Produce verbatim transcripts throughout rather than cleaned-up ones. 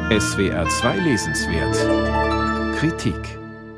S W R zwei Lesenswert Kritik.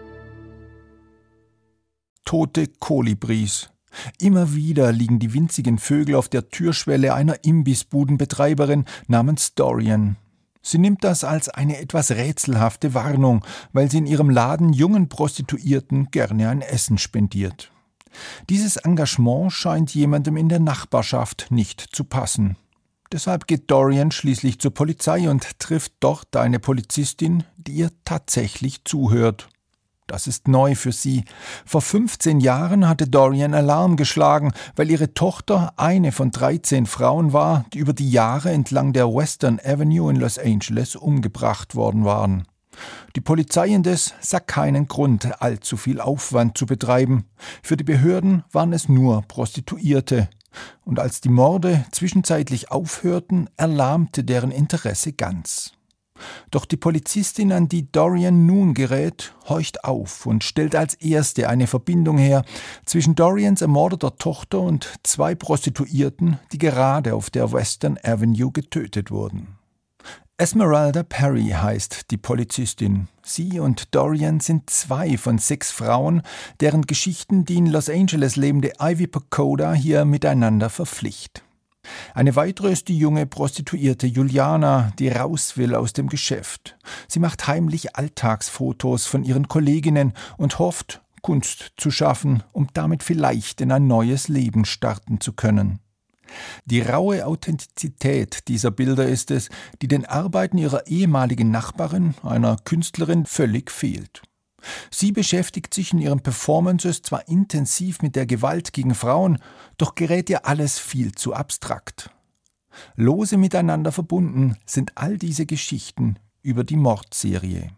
Tote Kolibris. Immer wieder liegen die winzigen Vögel auf der Türschwelle einer Imbissbudenbetreiberin namens Dorian. Sie nimmt das als eine etwas rätselhafte Warnung, weil sie in ihrem Laden jungen Prostituierten gerne ein Essen spendiert. Dieses Engagement scheint jemandem in der Nachbarschaft nicht zu passen. Deshalb geht Dorian schließlich zur Polizei und trifft dort eine Polizistin, die ihr tatsächlich zuhört. Das ist neu für sie. Vor fünfzehn Jahren hatte Dorian Alarm geschlagen, weil ihre Tochter eine von dreizehn Frauen war, die über die Jahre entlang der Western Avenue in Los Angeles umgebracht worden waren. Die Polizei indes sah keinen Grund, allzu viel Aufwand zu betreiben. Für die Behörden waren es nur Prostituierte. Und als die Morde zwischenzeitlich aufhörten, erlahmte deren Interesse ganz. Doch die Polizistin, an die Dorian nun gerät, horcht auf und stellt als erste eine Verbindung her zwischen Dorians ermordeter Tochter und zwei Prostituierten, die gerade auf der Western Avenue getötet wurden. Esmeralda Perry heißt die Polizistin. Sie und Dorian sind zwei von sechs Frauen, deren Geschichten die in Los Angeles lebende Ivy Pochoda hier miteinander verpflicht. Eine weitere ist die junge Prostituierte Juliana, die raus will aus dem Geschäft. Sie macht heimlich Alltagsfotos von ihren Kolleginnen und hofft, Kunst zu schaffen, um damit vielleicht in ein neues Leben starten zu können. Die raue Authentizität dieser Bilder ist es, die den Arbeiten ihrer ehemaligen Nachbarin, einer Künstlerin, völlig fehlt. Sie beschäftigt sich in ihren Performances zwar intensiv mit der Gewalt gegen Frauen, doch gerät ihr alles viel zu abstrakt. Lose miteinander verbunden sind all diese Geschichten über die Mordserie.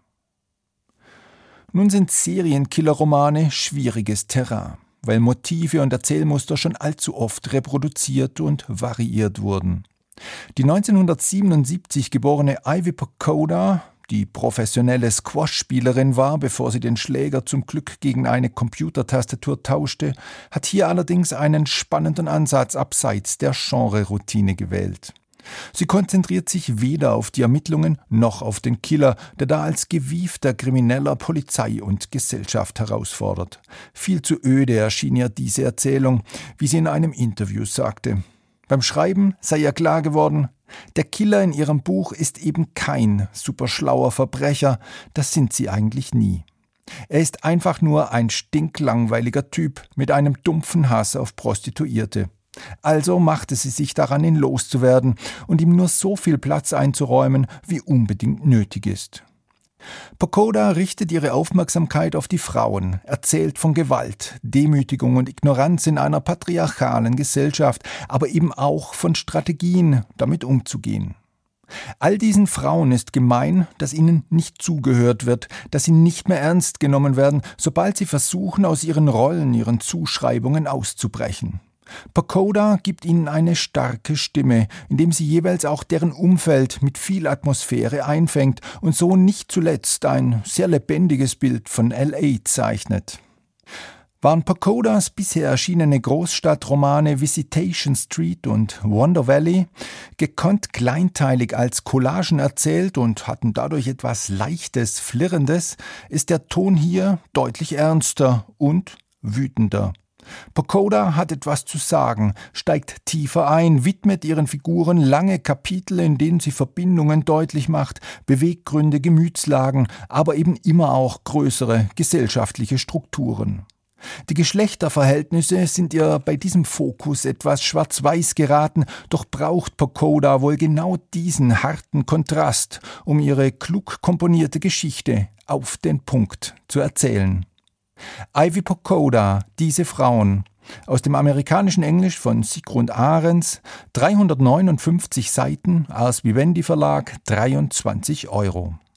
Nun sind Serienkillerromane schwieriges Terrain, weil Motive und Erzählmuster schon allzu oft reproduziert und variiert wurden. Die neunzehnhundertsiebenundsiebzig geborene Ivy Pochoda, die professionelle Squash-Spielerin war, bevor sie den Schläger zum Glück gegen eine Computertastatur tauschte, hat hier allerdings einen spannenden Ansatz abseits der Genre-Routine gewählt. Sie konzentriert sich weder auf die Ermittlungen noch auf den Killer, der da als gewiefter Krimineller Polizei und Gesellschaft herausfordert. Viel zu öde erschien ihr diese Erzählung, wie sie in einem Interview sagte. Beim Schreiben sei ihr klar geworden, der Killer in ihrem Buch ist eben kein superschlauer Verbrecher, das sind sie eigentlich nie. Er ist einfach nur ein stinklangweiliger Typ mit einem dumpfen Hass auf Prostituierte. Also machte sie sich daran, ihn loszuwerden und ihm nur so viel Platz einzuräumen, wie unbedingt nötig ist. Pochoda richtet ihre Aufmerksamkeit auf die Frauen, erzählt von Gewalt, Demütigung und Ignoranz in einer patriarchalen Gesellschaft, aber eben auch von Strategien, damit umzugehen. All diesen Frauen ist gemein, dass ihnen nicht zugehört wird, dass sie nicht mehr ernst genommen werden, sobald sie versuchen, aus ihren Rollen, ihren Zuschreibungen auszubrechen. Pochoda gibt ihnen eine starke Stimme, indem sie jeweils auch deren Umfeld mit viel Atmosphäre einfängt und so nicht zuletzt ein sehr lebendiges Bild von L A zeichnet. Waren Pochodas bisher erschienene Großstadtromane Visitation Street und Wonder Valley gekonnt kleinteilig als Collagen erzählt und hatten dadurch etwas Leichtes, Flirrendes, ist der Ton hier deutlich ernster und wütender. Pochoda hat etwas zu sagen, steigt tiefer ein, widmet ihren Figuren lange Kapitel, in denen sie Verbindungen deutlich macht, Beweggründe, Gemütslagen, aber eben immer auch größere gesellschaftliche Strukturen. Die Geschlechterverhältnisse sind ihr bei diesem Fokus etwas schwarz-weiß geraten, doch braucht Pochoda wohl genau diesen harten Kontrast, um ihre klug komponierte Geschichte auf den Punkt zu erzählen. Ivy Pochoda, Diese Frauen, aus dem amerikanischen Englisch von Sigrun Ahrens, dreihundertneunundfünfzig Seiten, Ars Vivendi Verlag, dreiundzwanzig Euro.